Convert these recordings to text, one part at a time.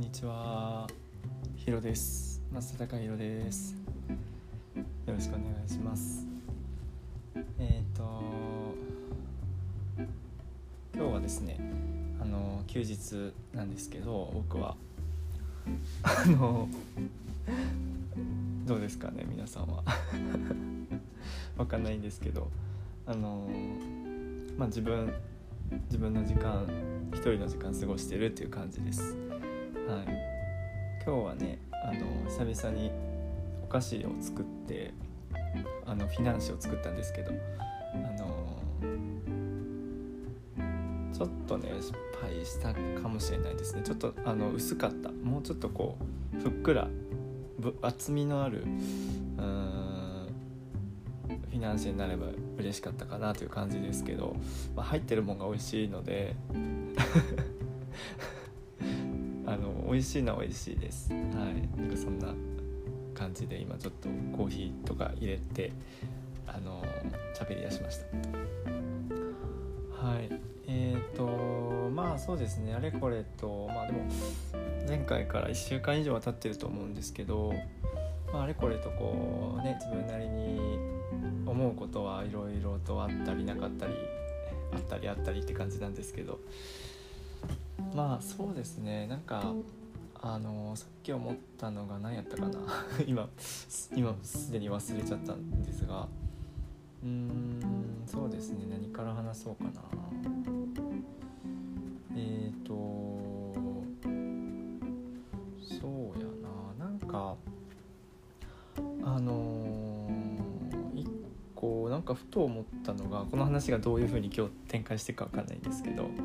にちは。ひろです。松田ひろです。よろしくお願いします。今日はですね、休日なんですけど、僕はどうですかね、皆さんは。わかんないんですけど、自分の時間、一人の時間過ごしてるっていう感じです。はい。今日はね、久々にお菓子を作って、フィナンシェを作ったんですけど、ちょっとね失敗したかもしれないですね。ちょっと薄かった。もうちょっとこうふっくら厚みのあるフィナンシェになれば嬉しかったかなという感じですけど、入ってるもんが美味しいので美味しいのは美味しいです。はい。なんかそんな感じで今ちょっとコーヒーとか入れて喋り出しました。はい。そうですね、あれこれとでも前回から1週間以上は経ってると思うんですけど、あれこれとこうね、自分なりに思うことはいろいろとあったりなかったりあったりって感じなんですけど、そうですね、なんかさっき思ったのが何やったかな今すでに忘れちゃったんですが、そうですね、何から話そうかな。そうやな、なんか一個なんかふと思ったのが、この話がどういう風に今日展開していくか分かんないんですけど、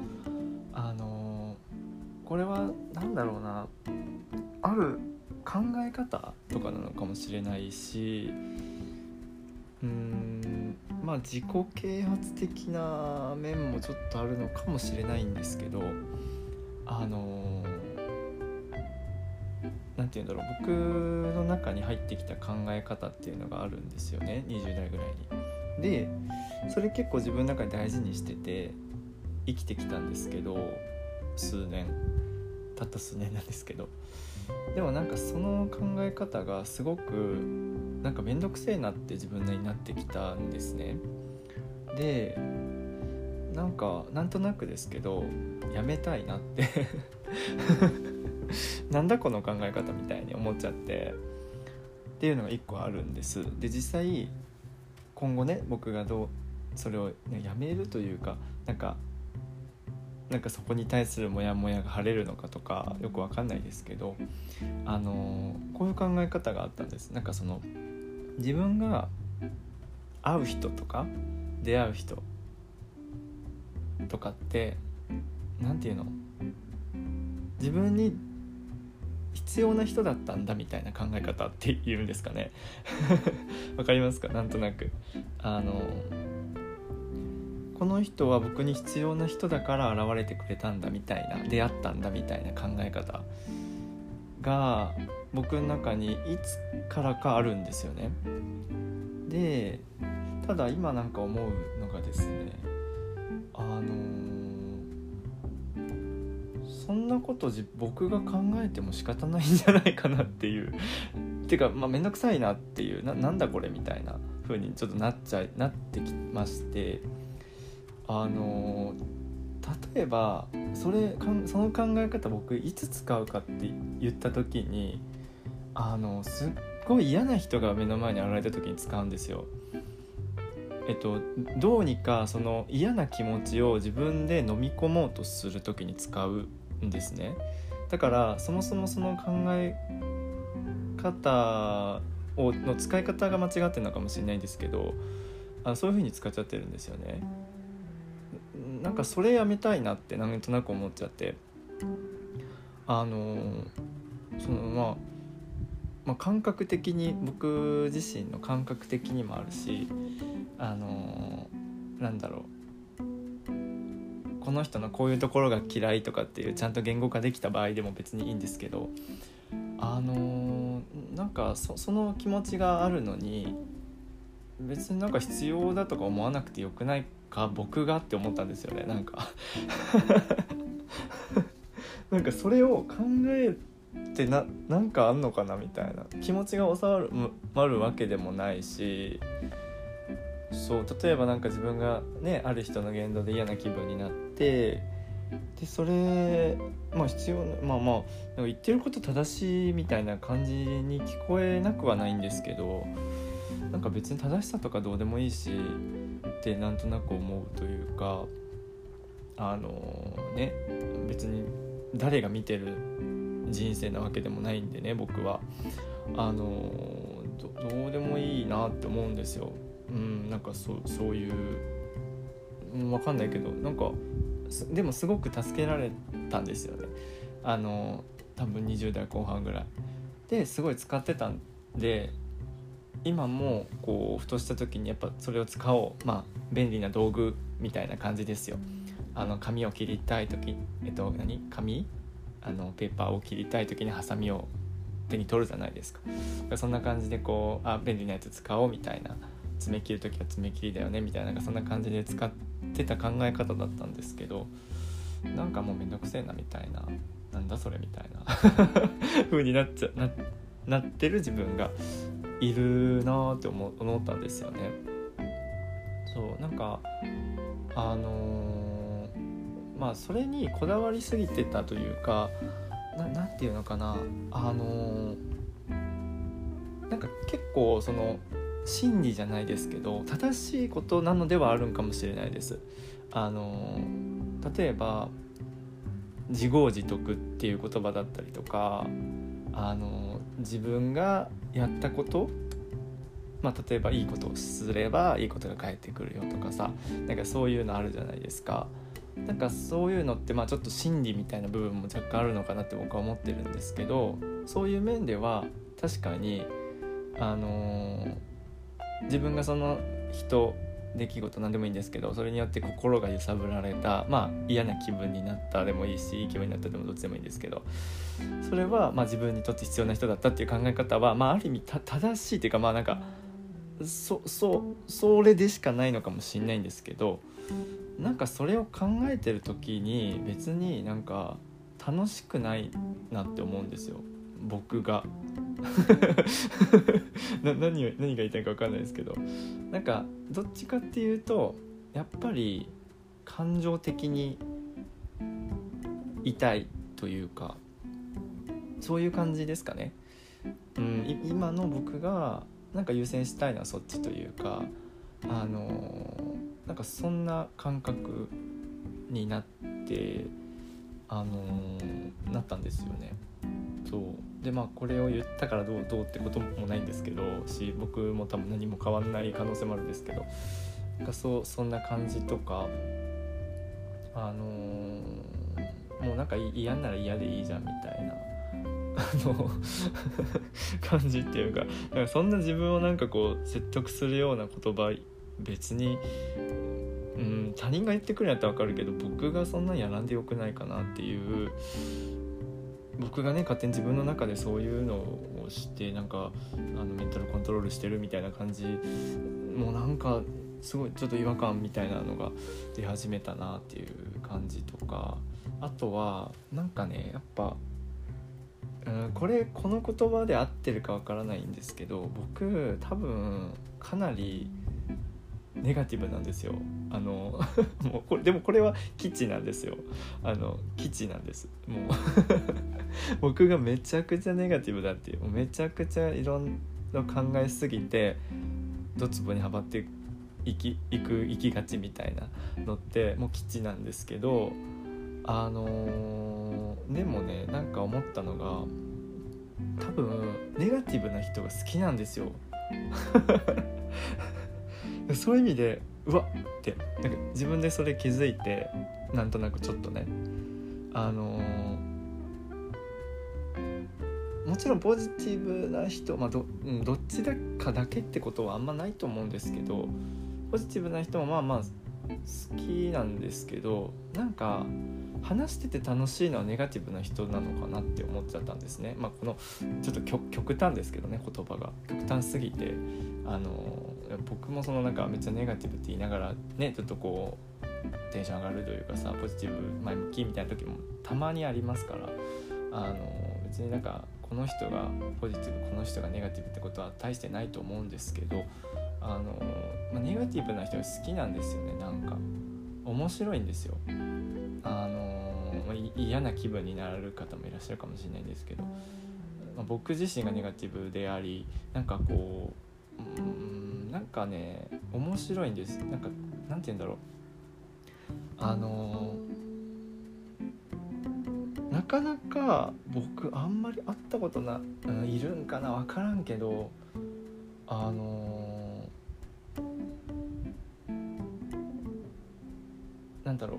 これはなんだろうな、ある考え方とかなのかもしれないし、自己啓発的な面もちょっとあるのかもしれないんですけど、なんていうんだろう、僕の中に入ってきた考え方っていうのがあるんですよね、20代ぐらいに。でそれ結構自分の中で大事にしてて生きてきたんですけど、たった数年なんですけど、でもなんかその考え方がすごくなんかめんどくせえなって自分なりになってきたんですね。でなんとなくですけどやめたいなってなんだこの考え方みたいに思っちゃってっていうのが一個あるんです。で実際今後ね、僕がそれを、やめるというか、なんかそこに対するモヤモヤが晴れるのかとかよくわかんないですけど、こういう考え方があったんです。なんかその自分が会う人とか出会う人とかってなんていうの、自分に必要な人だったんだみたいな考え方っていうんですかねわかりますか？なんとなくこの人は僕に必要な人だから現れてくれたんだみたいな、出会ったんだみたいな考え方が僕の中にいつからかあるんですよね。でただ今なんか思うのがですね、そんなこと僕が考えても仕方ないんじゃないかなっていうてかめんどくさいなっていう、なんだこれみたいな風にちょっとなってきまして、例えばその考え方僕いつ使うかって言った時にすっごい嫌な人が目の前に現れた時に使うんですよ。どうにかその嫌な気持ちを自分で飲み込もうとする時に使うんですね。だからそもそもその考え方の使い方が間違ってるのかもしれないんですけど、そういう風に使っちゃってるんですよね。なんかそれやめたいなってなんとなく思っちゃって、感覚的に、僕自身の感覚的にもあるし、なんだろう、この人のこういうところが嫌いとかっていうちゃんと言語化できた場合でも別にいいんですけど、なんかその気持ちがあるのに別になんか必要だとか思わなくてよくないか僕がって思ったんですよね。なんかなんかそれを考えてなんかあんのかなみたいな、気持ちが収まるわけでもないし、そう例えばなんか自分がねある人の言動で嫌な気分になって、でそれ必要ななんか言ってること正しいみたいな感じに聞こえなくはないんですけど、なんか別に正しさとかどうでもいいしってなんとなく思うというか、別に誰が見てる人生なわけでもないんでね、僕はどうでもいいなって思うんですよ。なんかそういう、わかんないけど、なんかでもすごく助けられたんですよね。多分20代後半ぐらいですごい使ってたんで、今もこうふとした時にやっぱそれを使おう、便利な道具みたいな感じですよ。紙を切りたい時、紙ペーパーを切りたい時にハサミを手に取るじゃないですか。そんな感じでこう便利なやつ使おうみたいな、爪切る時は爪切りだよねみたいな、そんな感じで使ってた考え方だったんですけど、なんかもうめんどくせえなみたいな、なんだそれみたいな風になってる自分がいるなって思ったんですよね。そうなんかそれにこだわりすぎてたというか、なんていうのかな、なんか結構その真理じゃないですけど正しいことなのではあるんかもしれないです。例えば自業自得っていう言葉だったりとか、自分がやったこと、例えばいいことをすればいいことが返ってくるよとかさ、なんかそういうのあるじゃないですか。なんかそういうのってちょっと心理みたいな部分も若干あるのかなって僕は思ってるんですけど、そういう面では確かに自分がその出来事何でもいいんですけど、それによって心が揺さぶられた、嫌な気分になったでもいいし、いい気分になったでもどっちでもいいんですけど、それは自分にとって必要な人だったっていう考え方は、ある意味正しいというか、なんかそれでしかないのかもしれないんですけど、なんかそれを考えてる時に別になんか楽しくないなって思うんですよ、僕が何が言いたいか分かんないですけど、なんかどっちかっていうとやっぱり感情的に痛いというか、そういう感じですかね。今の僕がなんか優先したいのはそっちというか、なんかそんな感覚になってなったんですよね。そうでこれを言ったからどうってこともないんですけど僕も多分何も変わんない可能性もあるんですけど、なんかそんな感じとか、もうなんか嫌なら嫌でいいじゃんみたいな感じっていうか、なんかそんな自分をなんかこう説得するような言葉別に他人が言ってくるんやったら分かるけど、僕がそんなんやらんでよくないかなっていう、僕がね勝手に自分の中でそういうのをしてなんかメンタルコントロールしてるみたいな感じ、もうなんかすごいちょっと違和感みたいなのが出始めたなっていう感じとか、あとはなんかねやっぱこの言葉で合ってるかわからないんですけど、僕多分かなりネガティブなんですよ。もうでもこれは基地なんですよ。基地なんです。もう僕がめちゃくちゃネガティブだっていう、もうめちゃくちゃいろんな考えすぎてドツボにはまっていきがちみたいなのってもう基地なんですけど、でもねなんか思ったのが、多分ネガティブな人が好きなんですよそういう意味でうわってなんか自分でそれ気づいて、なんとなくちょっとねもちろんポジティブな人、どっちだかだけってことはあんまないと思うんですけど、ポジティブな人も好きなんですけど、なんか話してて楽しいのはネガティブな人なのかなって思っちゃったんですね。このちょっと極端ですけどね、言葉が極端すぎて僕もそのなんかめっちゃネガティブって言いながらねちょっとこテンション上がるというかさ、ポジティブ前向きみたいな時もたまにありますから、別になんかこの人がポジティブこの人がネガティブってことは大してないと思うんですけど、ネガティブな人が好きなんですよね。なんか面白いんですよ。嫌な気分になる方もいらっしゃるかもしれないんですけど、僕自身がネガティブであり、なんかこうなんかね面白いんです。なんかなんて言うんだろう、なかなか僕あんまり会ったこといるんかな分からんけど、なんだろう、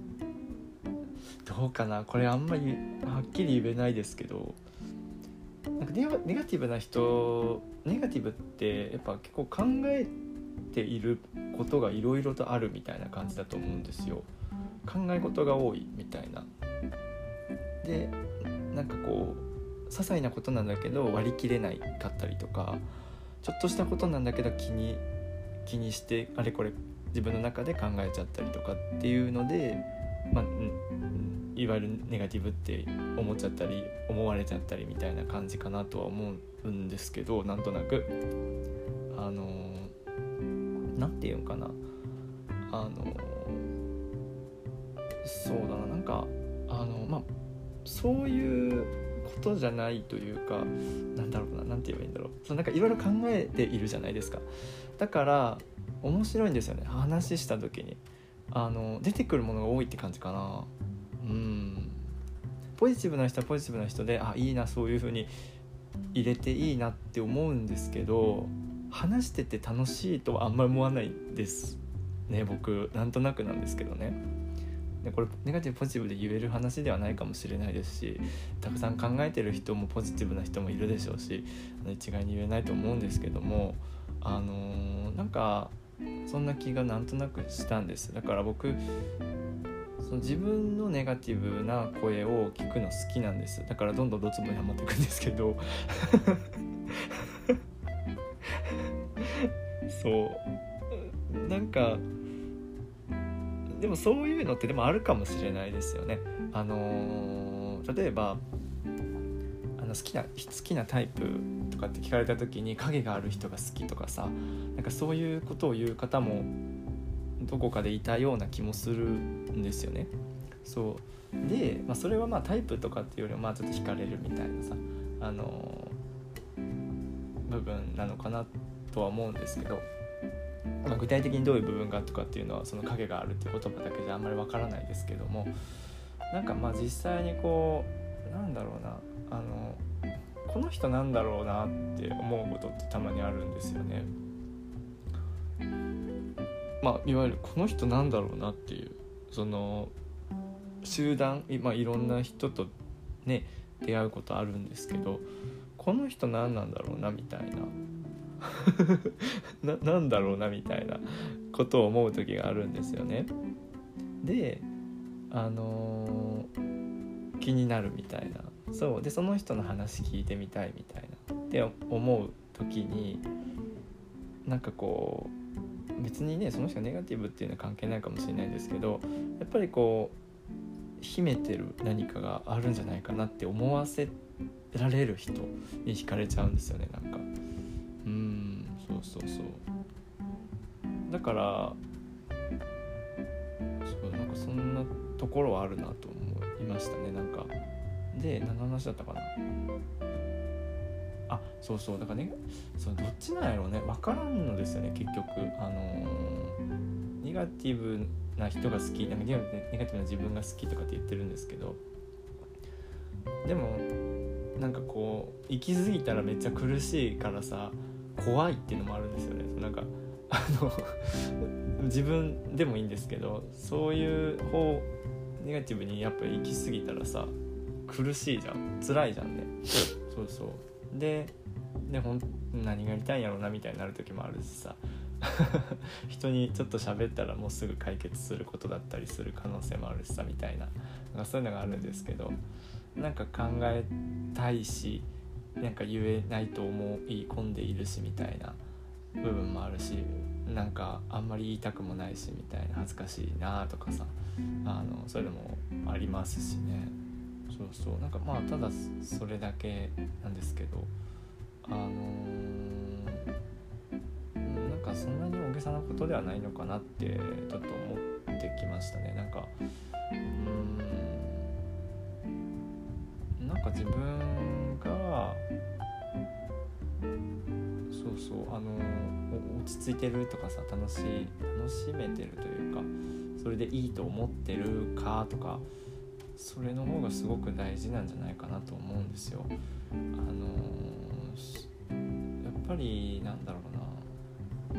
どうかな、これあんまりはっきり言えないですけど、なんかネガティブな人、ネガティブってやっぱ結構考えていることがいろいろとあるみたいな感じだと思うんですよ。考え事が多いみたいな。でなんかこう些細なことなんだけど割り切れないかったりとか、ちょっとしたことなんだけど気にしてあれこれ自分の中で考えちゃったりとかっていうので、いわゆるネガティブって思っちゃったり思われちゃったりみたいな感じかなとは思うんですけど、なんとなくなんていうのかな、そうだな、なんかそういうことじゃないというか、なんだろうな、なんて言えばいいんだろう、なんかいろいろ考えているじゃないですか。だから面白いんですよね、話した時に出てくるものが多いって感じかな。ポジティブな人はポジティブな人で、いいな、そういう風に入れていいなって思うんですけど、話してて楽しいとはあんまり思わないですね、僕。なんとなくなんですけどね。でこれネガティブポジティブで言える話ではないかもしれないですし、たくさん考えてる人もポジティブな人もいるでしょうし、一概に言えないと思うんですけども、なんかそんな気がなんとなくしたんです。だから僕その自分のネガティブな声を聞くの好きなんです。だからどんどんドツボにはまっていくんですけどそうなんかでもそういうのってでもあるかもしれないですよね。例えば好きなタイプとかって聞かれた時に影がある人が好きとかさ、なんかそういうことを言う方もどこかでいたような気もするんですよね。そうで、それはタイプとかっていうよりはちょっと惹かれるみたいなさ部分なのかなとは思うんですけど、具体的にどういう部分がとかっていうのはその影があるっていう言葉だけじゃあんまりわからないですけども、なんか実際にこうなんだろうな、この人なんだろうなって思うことってたまにあるんですよね。いわゆるこの人なんだろうなっていう、その集団、いろんな人とね出会うことあるんですけど、この人何なんだろうなみたいななんだろうなみたいなことを思う時があるんですよね。で気になるみたいな、そうでその人の話聞いてみたいみたいなって思う時に、なんかこう別にねその人がネガティブっていうのは関係ないかもしれないですけど、やっぱりこう秘めてる何かがあるんじゃないかなって思わせられる人に惹かれちゃうんですよね。なんかそうだからなんかそんなところはあるなと思いましたね。なんかで何の話だったかな、だからね、どっちなんやろうね、分からんのですよね結局。ネガティブな人が好き、なんかネガティブな自分が好きとかって言ってるんですけど、でもなんかこう行き過ぎたらめっちゃ苦しいからさ、怖いっていうのもあるんですよね。なんか自分でもいいんですけど、そういうネガティブにやっぱり行き過ぎたらさ苦しいじゃん、辛いじゃんね。そうで何がやりたいんやろうなみたいになる時もあるしさ人にちょっと喋ったらもうすぐ解決することだったりする可能性もあるしさみたいな、なんかそういうのがあるんですけど、なんか考えたいし、なんか言えないと思い込んでいるしみたいな部分もあるし、 なんかあんまり言いたくもないしみたいな、恥ずかしいなとかさ、そういうのもありますしね。そうそう、なんかまあただそれだけなんですけど、なんかそんなに大げさなことではないのかなってちょっと思ってきましたね。なんかなんか自分が落ち着いてるとかさ、楽しめてるというか、それでいいと思ってるかとか、それの方がすごく大事なんじゃないかなと思うんですよ。やっぱりなんだろう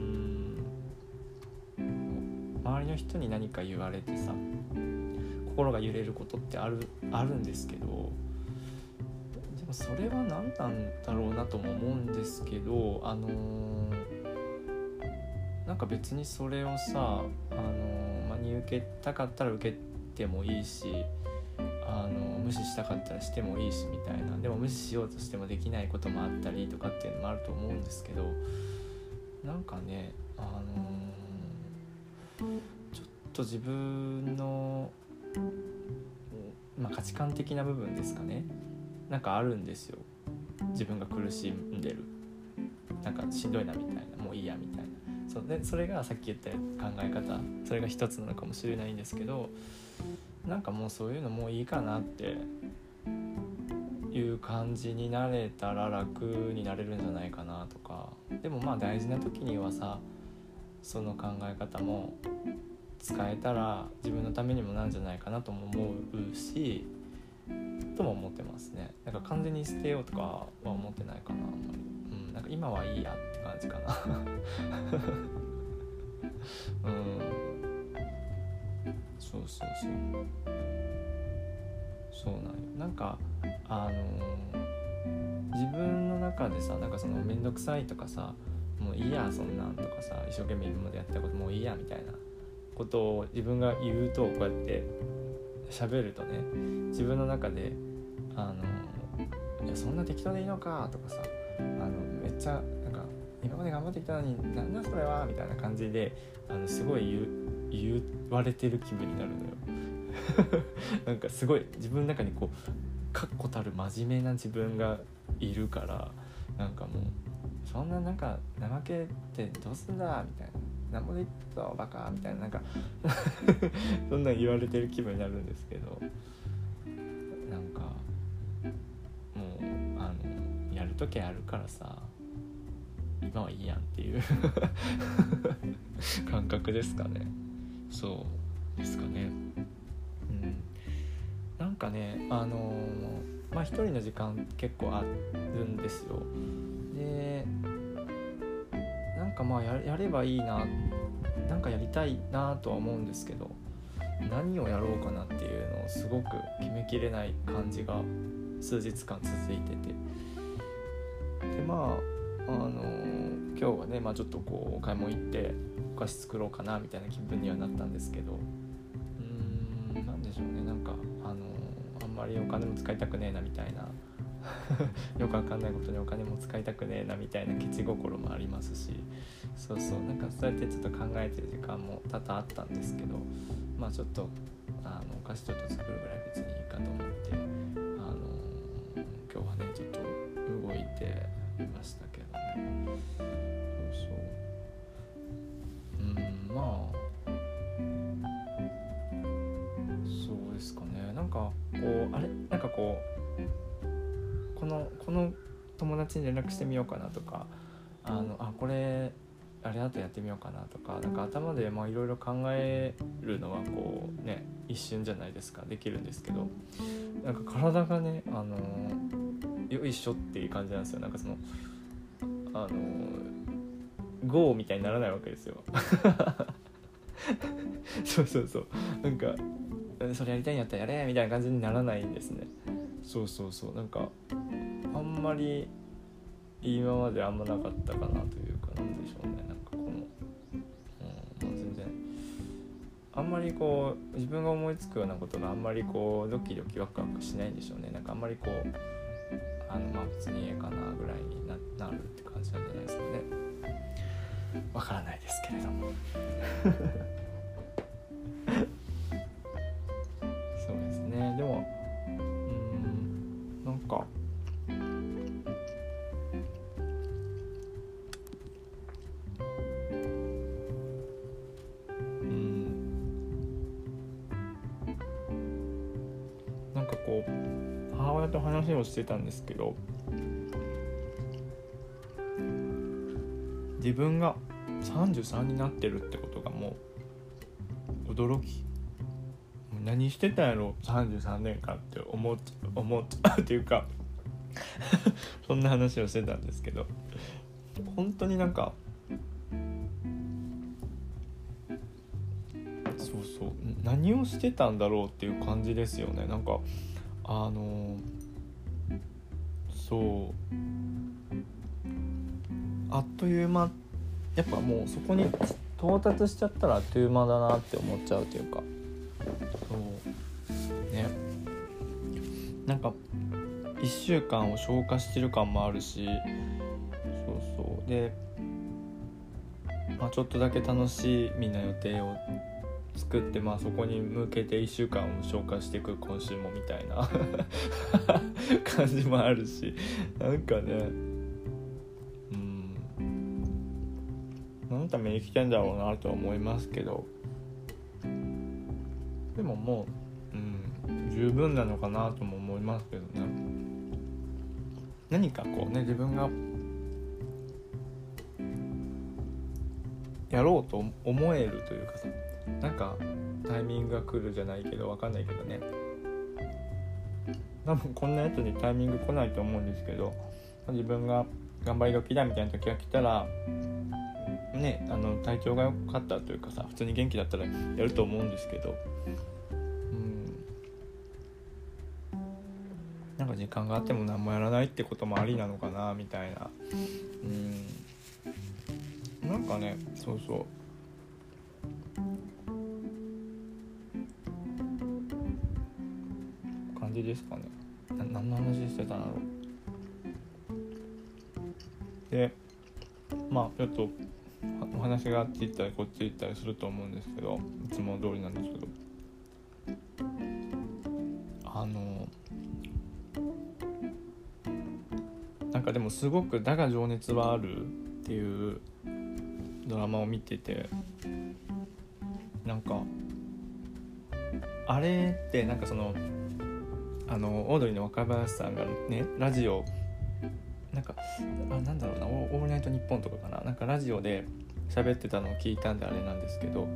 な、周りの人に何か言われてさ、心が揺れることってあるんですけど、でもそれは何なんだろうなとも思うんですけど、なんか別にそれをさ、真に受けたかったら受けてもいいし、無視したかったらしてもいいしみたいな。でも無視しようとしてもできないこともあったりとかっていうのもあると思うんですけど、なんかね、ちょっと自分の、価値観的な部分ですかね、なんかあるんですよ。自分が苦しんでる、なんかしんどいなみたいな、もういいやみたいな。そうで、それがさっき言った考え方、それが一つなのかもしれないんですけど、なんかもうそういうのもういいかなっていう感じになれたら楽になれるんじゃないかなとか。でもまあ大事な時にはさ、その考え方も使えたら自分のためにもなるんじゃないかなとも思うし、とも思ってますね。なんか完全に捨てようとかは思ってないかな、あんまり。なんか今はいいやって感じかなそうなんよ。なんか自分の中でさ、なんかそのめんどくさいとかさ、もういいやそんなんとかさ、一生懸命今までやったこともういいやみたいなことを自分が言うと、こうやって喋るとね、自分の中でいやそんな適当でいいのかとかさ、めっちゃなんか今まで頑張ってきたのになんだそれはみたいな感じで、すごい言われてる気分になるのよなんかすごい自分の中にこう確固たる真面目な自分がいるから、なんかもうそんななんか怠けてどうすんだみたいな、なんもできたバカみたいな、なんかそんなん言われてる気分になるんですけど、なんかもうやるときあるからさ、今はいいやんっていう感覚ですかね。そうですかね。なんかね、一人の時間結構あるんですよ。で、なんかまあ やればいいな、なんかやりたいなとは思うんですけど、何をやろうかなっていうのをすごく決めきれない感じが数日間続いてて、でまあ今日はね、ちょっとこうお買い物行ってお菓子作ろうかなみたいな気分にはなったんですけど、なんでしょうね、なんかあんまりお金も使いたくねえなみたいなよくわかんないことにお金も使いたくねえなみたいなケチ心もありますし、なんかそうやってちょっと考えてる時間も多々あったんですけど、ちょっとお菓子ちょっと作るぐらい別にいいかと思って、今日はねちょっと動いてみましたけどね。そうですかね。なんかこうなんかこの友達に連絡してみようかなとか、これあれだとやってみようかなとか、なんか頭でいろいろ考えるのはこうね一瞬じゃないですか、できるんですけど、なんか体がねよいしょっていう感じなんですよ。なんかそのゴーみたいにならないわけですよそうなんかそれやりたいんやったらやれみたいな感じにならないんですね。なんかあんまり今まであんまなかったかなというか、なんでしょうね、なんかこの全然あんまりこう自分が思いつくようなことがあんまりこうドキドキワクワクしないんでしょうね。なんかあんまりこう普通にええかなぐらいになるって感じなんじゃないですかね。 わからないですけれどもそうですね。でもなんかなんかこう母親と話をしてたんですけど、自分が33になってるってことがもう驚き、何してたんやろ33年間って思っちゃうっていうかそんな話をしてたんですけど、本当になんかそう何をしてたんだろうっていう感じですよね。なんかそうあっという間、やっぱもうそこに到達しちゃったらあっという間だなって思っちゃうというか、そうね、なんか1週間を消化してる感もあるし、そうで、ちょっとだけ楽しみな予定を作って、そこに向けて1週間を消化していく今週もみたいな感じもあるし、なんかね、何のために生きてんだろうなとは思いますけど、でももう、十分なのかなとも思いますけどね。何かこうね、自分がやろうと思えるというかさ、なんかタイミングが来るじゃないけど、分かんないけどね、多分こんなやつにタイミング来ないと思うんですけど、自分が頑張り時だみたいな時が来たらね、体調が良かったというかさ、普通に元気だったらやると思うんですけど、なんか時間があっても何もやらないってこともありなのかなみたいな、なんかね、そう感じですかね。何の話してたんだろう。で、ちょっとお話があっち行ったりこっち行ったりすると思うんですけど、いつも通りなんですけど、なんかでもすごくだが情熱はあるっていうドラマを見てて、なんかあれってなんかそのオードリーの若林さんがね、ラジオなんかなんだろうな、オールナイトニッポンとかかな、なんかラジオで喋ってたのを聞いたんであれなんですけど、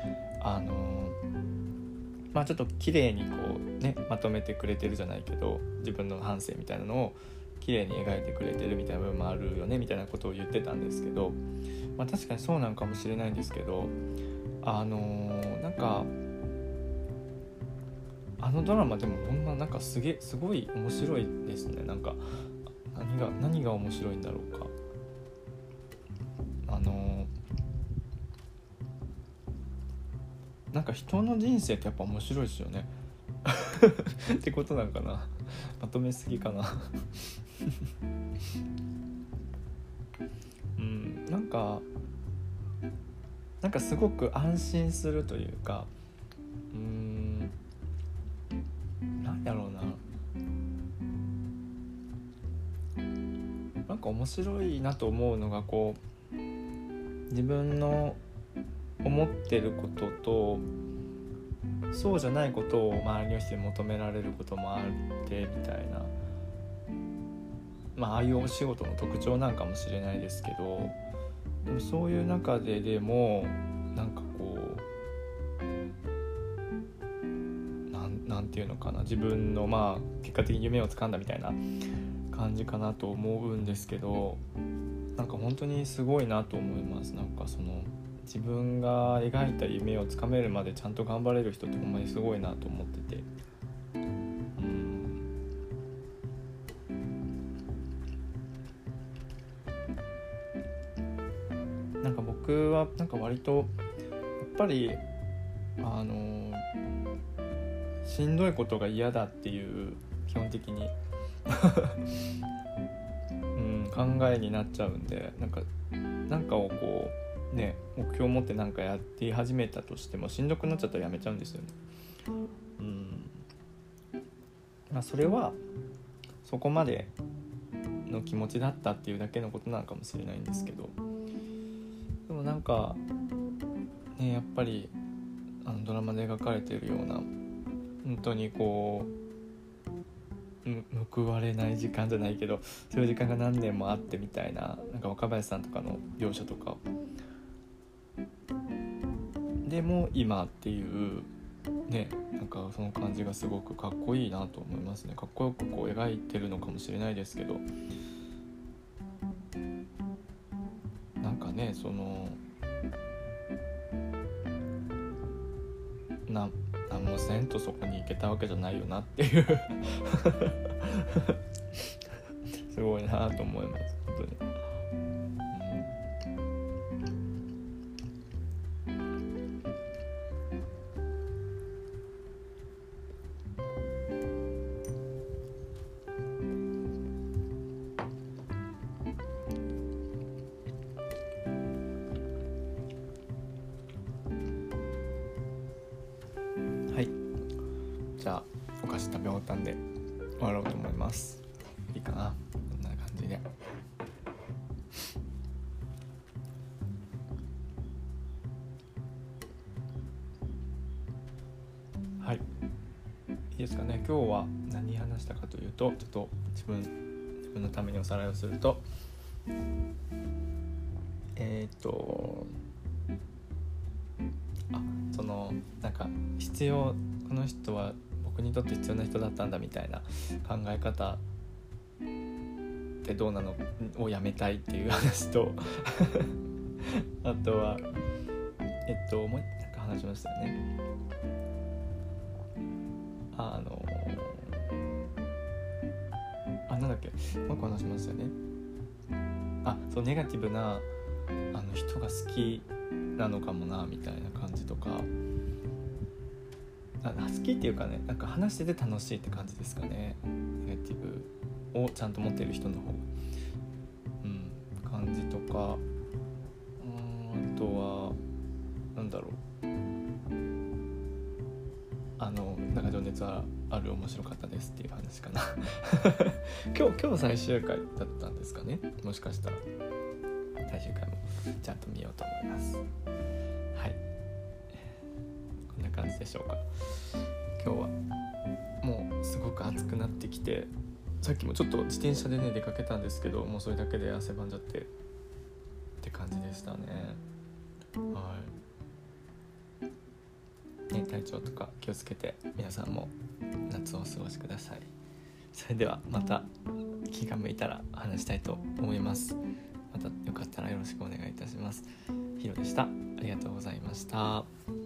ちょっと綺麗にこうねまとめてくれてるじゃないけど、自分の半生みたいなのを綺麗に描いてくれてるみたいな部分もあるよねみたいなことを言ってたんですけど、確かにそうなんかもしれないんですけど、なんかドラマでもほんまなんかすごい面白いですね。なんか何が面白いんだろうか。なんか人の人生ってやっぱ面白いですよねってことなんかな、まとめすぎかななんかすごく安心するというか、なんやろうな、なんか面白いなと思うのが、こう自分の思ってることとそうじゃないことを周りの人に求められることもあってみたいな、ああいうお仕事の特徴なんかもしれないですけど、でもそういう中でもなんかこうなんていうのかな、自分の結果的に夢をつかんだみたいな感じかなと思うんですけど、なんか本当にすごいなと思います。なんかその自分が描いた夢をつかめるまでちゃんと頑張れる人ってほんまにすごいなと思ってて、なんか僕はなんか割とやっぱりしんどいことが嫌だっていう基本的に考えになっちゃうんで、なんかをこうね目標を持ってなんかやって始めたとしてもしんどくなっちゃったらやめちゃうんですよね。それはそこまでの気持ちだったっていうだけのことなのかもしれないんですけど、でもなんかねやっぱりドラマで描かれているような本当にこう報われない時間じゃないけどそういう時間が何年もあってみたいな、なんか若林さんとかの描写とかでも今っていうね、なんかその感じがすごくかっこいいなと思いますね。かっこよくこう描いてるのかもしれないですけど、なんかねその何もせんとそこに行けたわけじゃないよなっていうすごいなと思います本当に。はい、じゃあお菓子食べ終わったんで終わろうと思います。いいかな、こんな感じで。はい、いいですかね。今日は何話したかというと、ちょっと自分のためにおさらいをすると、そのなんかこの人は僕にとって必要な人だったんだみたいな考え方ってどうなのをやめたいっていう話とあとはもうなんか話しましたよね。なんだっけ、もう一個話しましたよね。そうネガティブな人が好きなのかもなみたいな感じとか、好きっていうかね、なんか話してて楽しいって感じですかね。ネガティブをちゃんと持ってる人の方感じとか、あとはなんだろう、なんか情熱はある面白かったですっていう話かな今日最終回だったんですかね。もしかしたら最終回もちゃんと見ようと思います。はい、こんな感じでしょうか。今日はもうすごく暑くなってきて、さっきもちょっと自転車でね出かけたんですけど、もうそれだけで汗ばんじゃってって感じでしたね。はい、ね、体調とか気をつけて皆さんも夏をお過ごしください。それではまた気が向いたら話したいと思います。またよかったらよろしくお願いいたします。ひろでした。ありがとうございました。